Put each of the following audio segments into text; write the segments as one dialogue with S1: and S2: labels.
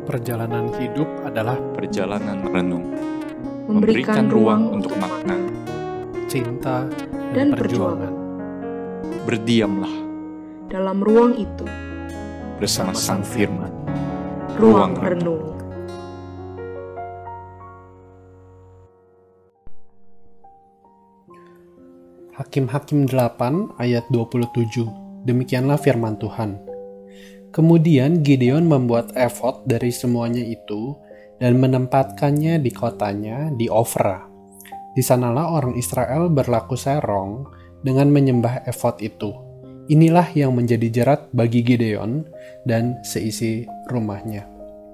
S1: Perjalanan hidup adalah
S2: perjalanan renung,
S3: memberikan ruang untuk
S2: makna.
S1: cinta
S3: dan
S1: perjuangan.
S2: Berdiamlah
S3: dalam ruang itu,
S2: bersama Sang Firman.
S3: ruang renung.
S1: Hakim-Hakim 8 ayat 27. Demikianlah firman Tuhan. Kemudian Gideon membuat efod dari semuanya itu dan menempatkannya di kotanya di Ofra. Di sanalah orang Israel berlaku serong dengan menyembah efod itu. Inilah yang menjadi jerat bagi Gideon dan seisi rumahnya.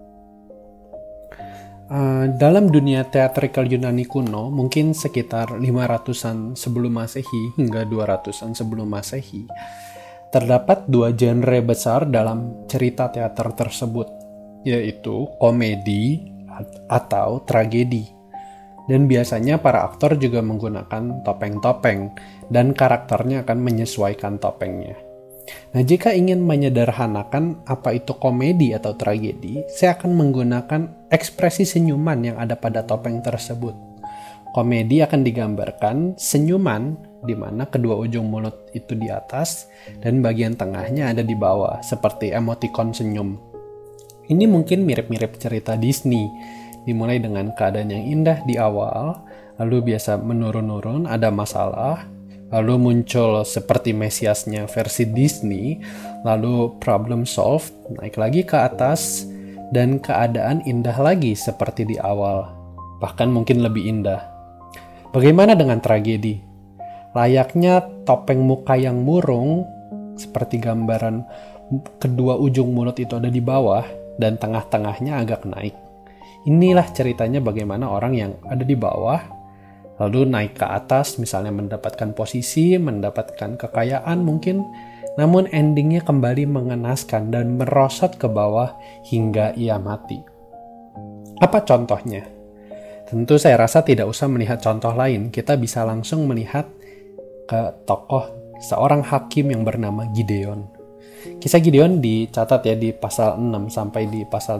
S1: Dalam dunia teatrikal Yunani kuno, mungkin sekitar 500-an sebelum Masehi hingga 200-an sebelum Masehi, terdapat dua genre besar dalam cerita teater tersebut, yaitu komedi atau tragedi. Dan biasanya para aktor juga menggunakan topeng-topeng, dan karakternya akan menyesuaikan topengnya. Nah, jika ingin menyederhanakan apa itu komedi atau tragedi, saya akan menggunakan ekspresi senyuman yang ada pada topeng tersebut. Komedi akan digambarkan senyuman di mana kedua ujung mulut itu di atas dan bagian tengahnya ada di bawah, seperti emoticon senyum. Ini mungkin mirip-mirip cerita Disney, dimulai dengan keadaan yang indah di awal, lalu biasa menurun-nurun, ada masalah, lalu muncul seperti Mesiasnya versi Disney, lalu problem solved, naik lagi ke atas, dan keadaan indah lagi seperti di awal, bahkan mungkin lebih indah. Bagaimana dengan tragedi? Layaknya topeng muka yang murung, seperti gambaran kedua ujung mulut itu ada di bawah, dan tengah-tengahnya agak naik. Inilah ceritanya bagaimana orang yang ada di bawah lalu naik ke atas, misalnya mendapatkan posisi, mendapatkan kekayaan mungkin, namun endingnya kembali mengenaskan dan merosot ke bawah hingga ia mati. Apa contohnya? Tentu saya rasa tidak usah melihat contoh lain, kita bisa langsung melihat ke tokoh seorang hakim yang bernama Gideon. Kisah Gideon dicatat ya di pasal 6 sampai di pasal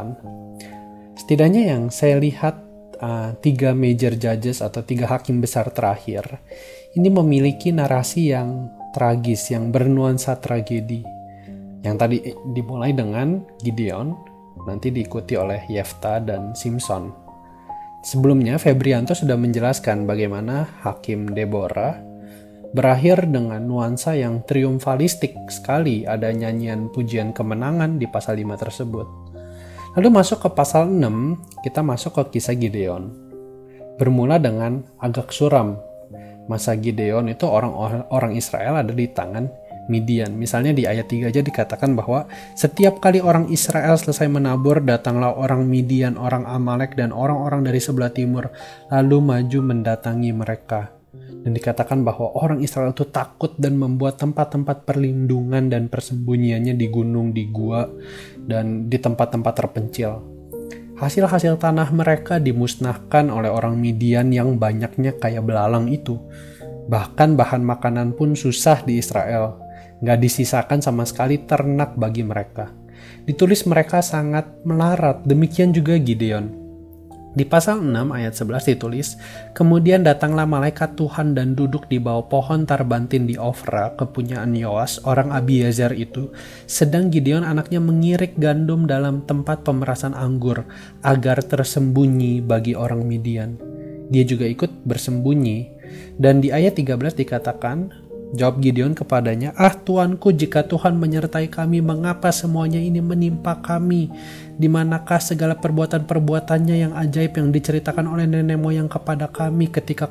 S1: 8. Setidaknya yang saya lihat 3 major judges atau 3 hakim besar terakhir ini memiliki narasi yang tragis, yang bernuansa tragedi. Yang tadi dimulai dengan Gideon, nanti diikuti oleh Yefta dan Simson. Sebelumnya Febrianto sudah menjelaskan bagaimana Hakim Deborah berakhir dengan nuansa yang triumfalistik sekali, ada nyanyian pujian kemenangan di pasal 5 tersebut. Lalu masuk ke pasal 6, kita masuk ke kisah Gideon. Bermula dengan agak suram. Masa Gideon itu orang Israel ada di tangan Midian. Misalnya di ayat 3 aja dikatakan bahwa setiap kali orang Israel selesai menabur, datanglah orang Midian, orang Amalek, dan orang-orang dari sebelah timur, lalu maju mendatangi mereka. Dan dikatakan bahwa orang Israel itu takut dan membuat tempat-tempat perlindungan dan persembunyiannya di gunung, di gua, dan di tempat-tempat terpencil. Hasil-hasil tanah mereka dimusnahkan oleh orang Midian yang banyaknya kayak belalang itu. Bahkan bahan makanan pun susah di Israel. Nggak disisakan sama sekali ternak bagi mereka. Ditulis mereka sangat melarat, demikian juga Gideon. Di pasal 6 ayat 11 ditulis, kemudian datanglah malaikat Tuhan dan duduk di bawah pohon tarbantin di Ofra, kepunyaan Yoas, orang Abiezer itu, sedang Gideon anaknya mengirik gandum dalam tempat pemerasan anggur, agar tersembunyi bagi orang Midian. Dia juga ikut bersembunyi, dan di ayat 13 dikatakan, jawab Gideon kepadanya, Tuanku, jika Tuhan menyertai kami, mengapa semuanya ini menimpa kami? Di manakah segala perbuatan-perbuatannya yang ajaib yang diceritakan oleh nenek moyang kepada kami ketika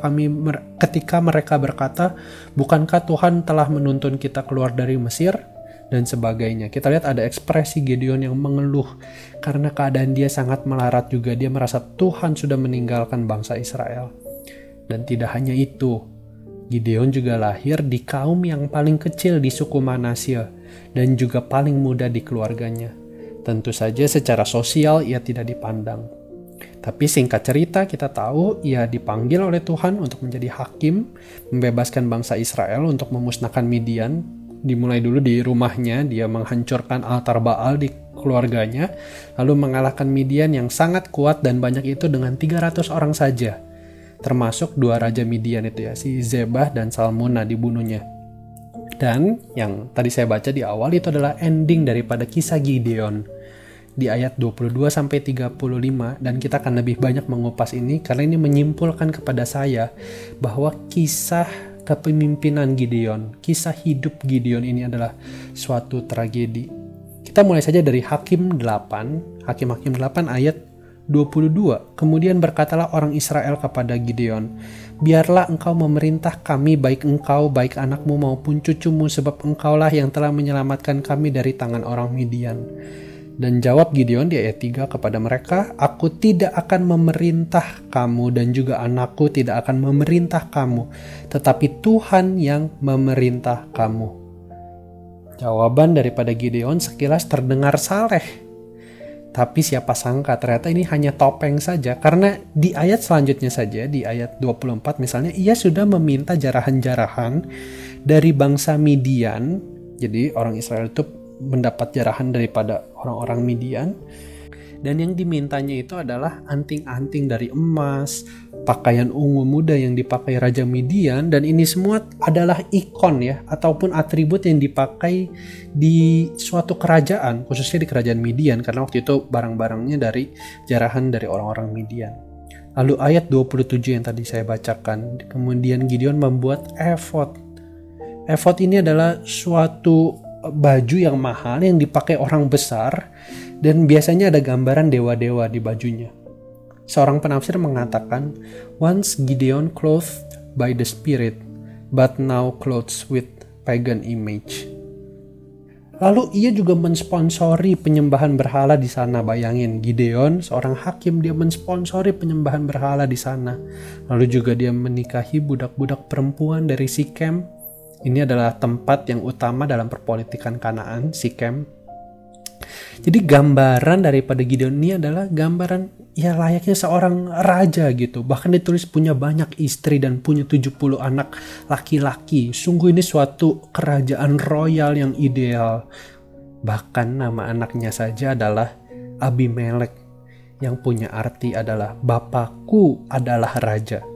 S1: mereka berkata, bukankah Tuhan telah menuntun kita keluar dari Mesir? Dan sebagainya. Kita lihat ada ekspresi Gideon yang mengeluh karena keadaan dia sangat melarat juga. Dia merasa Tuhan sudah meninggalkan bangsa Israel. Dan tidak hanya itu, Gideon juga lahir di kaum yang paling kecil di suku Manasye dan juga paling muda di keluarganya. Tentu saja secara sosial ia tidak dipandang. Tapi singkat cerita kita tahu ia dipanggil oleh Tuhan untuk menjadi hakim, membebaskan bangsa Israel untuk memusnahkan Midian. Dimulai dulu di rumahnya, dia menghancurkan altar Baal di keluarganya, lalu mengalahkan Midian yang sangat kuat dan banyak itu dengan 300 orang saja. Termasuk 2 raja Midian itu ya, si Zebah dan Salmuna dibunuhnya. Dan yang tadi saya baca di awal itu adalah ending daripada kisah Gideon di ayat 22-35, dan kita akan lebih banyak mengupas ini karena ini menyimpulkan kepada saya bahwa kisah kepemimpinan Gideon, kisah hidup Gideon ini adalah suatu tragedi. Kita mulai saja dari Hakim 8 ayat 22. Kemudian berkatalah orang Israel kepada Gideon, biarlah engkau memerintah kami, baik engkau, baik anakmu maupun cucumu, sebab engkaulah yang telah menyelamatkan kami dari tangan orang Midian. Dan jawab Gideon di ayat 3 kepada mereka, aku tidak akan memerintah kamu dan juga anakku tidak akan memerintah kamu, tetapi Tuhan yang memerintah kamu. Jawaban daripada Gideon sekilas terdengar saleh. Tapi siapa sangka ternyata ini hanya topeng saja, karena di ayat selanjutnya saja, di ayat 24 misalnya, ia sudah meminta jarahan-jarahan dari bangsa Midian. Jadi orang Israel itu mendapat jarahan daripada orang-orang Midian, dan yang dimintanya itu adalah anting-anting dari emas, pakaian ungu muda yang dipakai Raja Midian, dan ini semua adalah ikon ya, ataupun atribut yang dipakai di suatu kerajaan, khususnya di kerajaan Midian, karena waktu itu barang-barangnya dari jarahan dari orang-orang Midian. Lalu ayat 27 yang tadi saya bacakan, kemudian Gideon membuat efod. Efod ini adalah suatu baju yang mahal yang dipakai orang besar, dan biasanya ada gambaran dewa-dewa di bajunya. Seorang penafsir mengatakan, once Gideon clothed by the Spirit, but now clothed with pagan image. Lalu ia juga mensponsori penyembahan berhala di sana. Bayangin, Gideon seorang hakim, dia mensponsori penyembahan berhala di sana. Lalu juga dia menikahi budak-budak perempuan dari Sikem. Ini adalah tempat yang utama dalam perpolitikan Kanaan, Sikem. Jadi gambaran daripada Gideon ini adalah gambaran ya layaknya seorang raja gitu. Bahkan ditulis punya banyak istri dan punya 70 anak laki-laki. Sungguh ini suatu kerajaan royal yang ideal. Bahkan nama anaknya saja adalah Abimelek, yang punya arti adalah Bapakku adalah raja.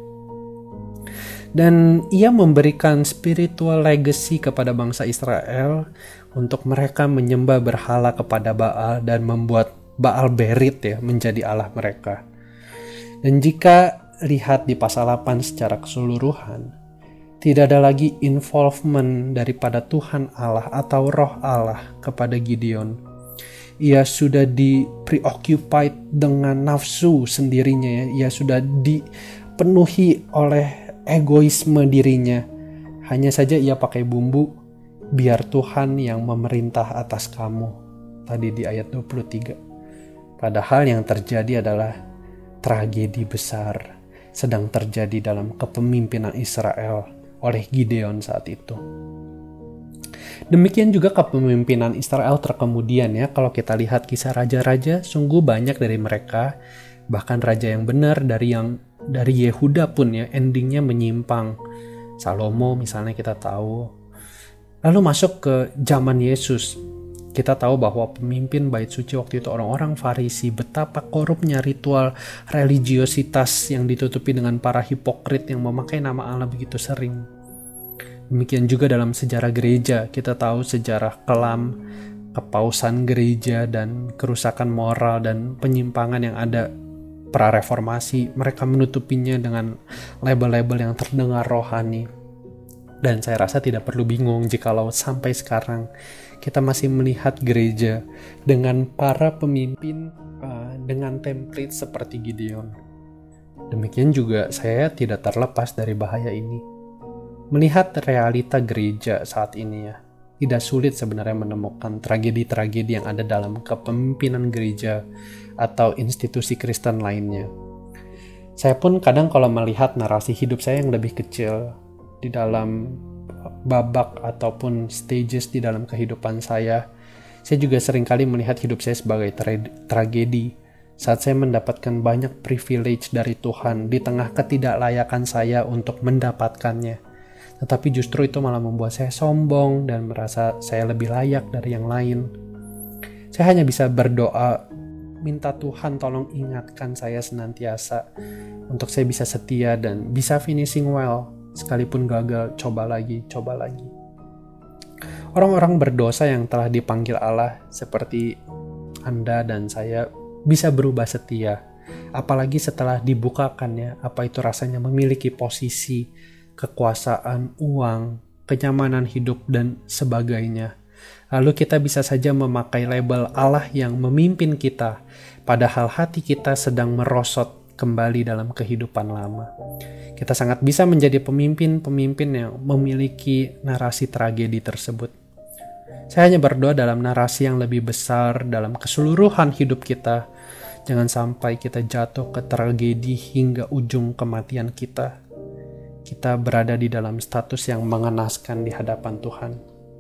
S1: Dan ia memberikan spiritual legacy kepada bangsa Israel untuk mereka menyembah berhala kepada Baal dan membuat Baal Berit ya menjadi Allah mereka. Dan jika lihat di pasal 8 secara keseluruhan, tidak ada lagi involvement daripada Tuhan Allah atau roh Allah kepada Gideon. Ia sudah preoccupied dengan nafsu sendirinya ya. Ia sudah dipenuhi oleh egoisme dirinya. Hanya saja ia pakai bumbu, biar Tuhan yang memerintah atas kamu. Tadi di ayat 23. Padahal yang terjadi adalah tragedi besar sedang terjadi dalam kepemimpinan Israel oleh Gideon saat itu. Demikian juga kepemimpinan Israel terkemudian ya. Kalau kita lihat kisah raja-raja, sungguh banyak dari mereka, bahkan raja yang benar dari Yehuda pun ya, endingnya menyimpang. Salomo misalnya kita tahu. Lalu masuk ke zaman Yesus. Kita tahu bahwa pemimpin bait suci waktu itu orang-orang Farisi, betapa korupnya ritual religiositas yang ditutupi dengan para hipokrit yang memakai nama Allah begitu sering. Demikian juga dalam sejarah gereja, kita tahu sejarah kelam, kepausan gereja, dan kerusakan moral dan penyimpangan yang ada pra-reformasi. Mereka menutupinya dengan label-label yang terdengar rohani. Dan saya rasa tidak perlu bingung jikalau sampai sekarang kita masih melihat gereja dengan para pemimpin dengan template seperti Gideon. Demikian juga saya tidak terlepas dari bahaya ini. Melihat realita gereja saat ini ya, tidak sulit sebenarnya menemukan tragedi-tragedi yang ada dalam kepemimpinan gereja atau institusi Kristen lainnya. Saya pun kadang kalau melihat narasi hidup saya yang lebih kecil di dalam babak ataupun stages di dalam kehidupan saya juga seringkali melihat hidup saya sebagai tragedi saat saya mendapatkan banyak privilege dari Tuhan di tengah ketidaklayakan saya untuk mendapatkannya. Tetapi justru itu malah membuat saya sombong dan merasa saya lebih layak dari yang lain. Saya hanya bisa berdoa, minta Tuhan tolong ingatkan saya senantiasa untuk saya bisa setia dan bisa finishing well. Sekalipun gagal, coba lagi. Orang-orang berdosa yang telah dipanggil Allah seperti Anda dan saya bisa berubah setia. Apalagi setelah dibukakannya apa itu rasanya memiliki posisi, kekuasaan, uang, kenyamanan hidup, dan sebagainya. Lalu kita bisa saja memakai label Allah yang memimpin kita, padahal hati kita sedang merosot kembali dalam kehidupan lama. Kita sangat bisa menjadi pemimpin-pemimpin yang memiliki narasi tragedi tersebut. Saya hanya berdoa dalam narasi yang lebih besar dalam keseluruhan hidup kita. Jangan sampai kita jatuh ke tragedi hingga ujung kematian kita. Kita berada di dalam status yang mengenaskan di hadapan Tuhan.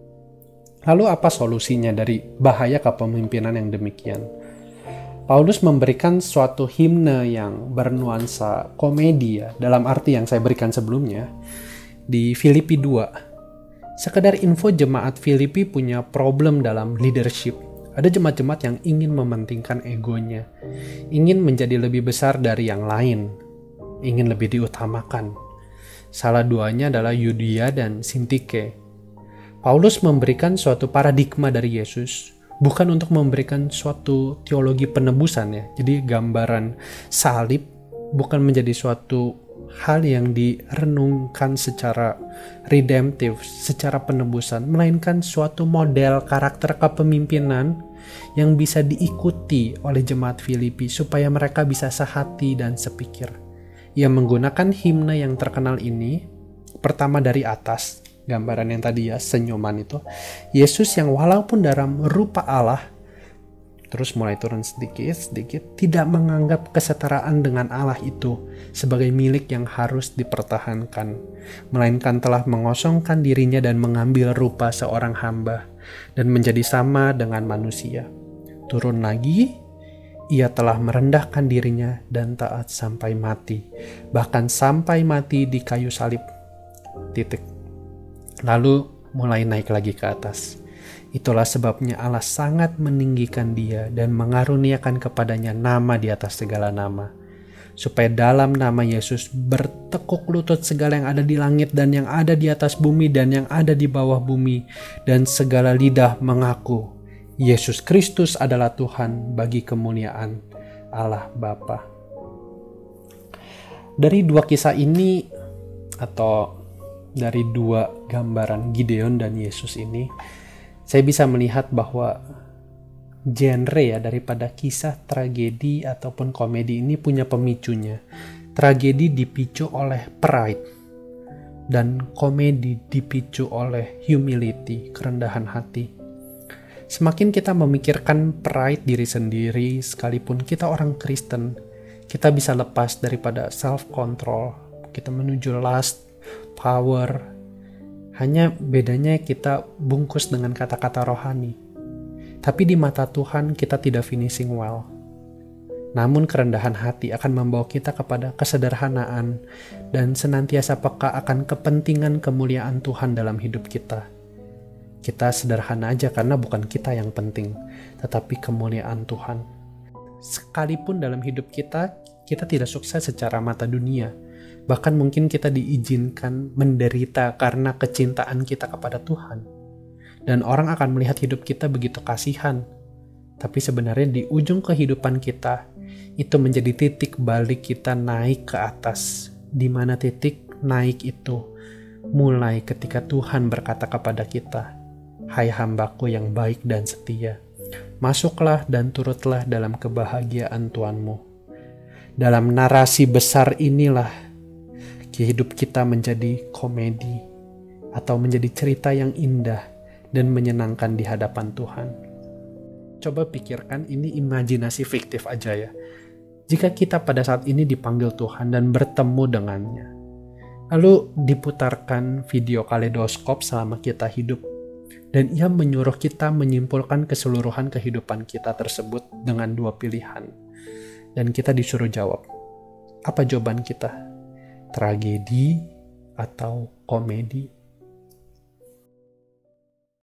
S1: Lalu apa solusinya dari bahaya kepemimpinan yang demikian? Paulus memberikan suatu himne yang bernuansa komedi ya, dalam arti yang saya berikan sebelumnya, di Filipi 2. Sekedar info, jemaat Filipi punya problem dalam leadership. Ada jemaat-jemaat yang ingin mementingkan egonya, ingin menjadi lebih besar dari yang lain, ingin lebih diutamakan. Salah duanya adalah Yudia dan Sintike. Paulus memberikan suatu paradigma dari Yesus, bukan untuk memberikan suatu teologi penebusan ya. Jadi gambaran salib bukan menjadi suatu hal yang direnungkan secara redemptif, secara penebusan, melainkan suatu model karakter kepemimpinan yang bisa diikuti oleh jemaat Filipi supaya mereka bisa sehati dan sepikir. Ia menggunakan himne yang terkenal ini, pertama dari atas, gambaran yang tadi ya, senyuman itu. Yesus yang walaupun dalam rupa Allah, terus mulai turun sedikit, tidak menganggap kesetaraan dengan Allah itu sebagai milik yang harus dipertahankan, melainkan telah mengosongkan dirinya dan mengambil rupa seorang hamba, dan menjadi sama dengan manusia. Turun lagi, ia telah merendahkan dirinya dan taat sampai mati, bahkan sampai mati di kayu salib. Lalu mulai naik lagi ke atas. Itulah sebabnya Allah sangat meninggikan dia dan mengaruniakan kepadanya nama di atas segala nama, supaya dalam nama Yesus bertekuk lutut segala yang ada di langit dan yang ada di atas bumi dan yang ada di bawah bumi, dan segala lidah mengaku Yesus Kristus adalah Tuhan, bagi kemuliaan Allah Bapa. Dari dua kisah ini, atau dari dua gambaran Gideon dan Yesus ini, saya bisa melihat bahwa genre ya daripada kisah tragedi ataupun komedi ini punya pemicunya. Tragedi dipicu oleh pride dan komedi dipicu oleh humility, kerendahan hati. Semakin kita memikirkan pride diri sendiri, sekalipun kita orang Kristen, kita bisa lepas daripada self-control. Kita menuju lust, power. Hanya bedanya kita bungkus dengan kata-kata rohani. Tapi di mata Tuhan kita tidak finishing well. Namun kerendahan hati akan membawa kita kepada kesederhanaan dan senantiasa peka akan kepentingan kemuliaan Tuhan dalam hidup kita. Kita sederhana aja karena bukan kita yang penting, tetapi kemuliaan Tuhan. Sekalipun dalam hidup kita tidak sukses secara mata dunia. Bahkan mungkin kita diizinkan menderita karena kecintaan kita kepada Tuhan. Dan orang akan melihat hidup kita begitu kasihan. Tapi sebenarnya di ujung kehidupan kita, itu menjadi titik balik kita naik ke atas. Di mana titik naik itu mulai ketika Tuhan berkata kepada kita, "Hai hambaku yang baik dan setia, masuklah dan turutlah dalam kebahagiaan Tuhanmu." Dalam narasi besar inilah hidup kita menjadi komedi atau menjadi cerita yang indah dan menyenangkan di hadapan Tuhan. Coba pikirkan, ini imajinasi fiktif aja ya. Jika kita pada saat ini dipanggil Tuhan dan bertemu dengannya, lalu diputarkan video kaleidoskop selama kita hidup, dan ia menyuruh kita menyimpulkan keseluruhan kehidupan kita tersebut dengan dua pilihan. Dan kita disuruh jawab. Apa jawaban kita? Tragedi atau komedi?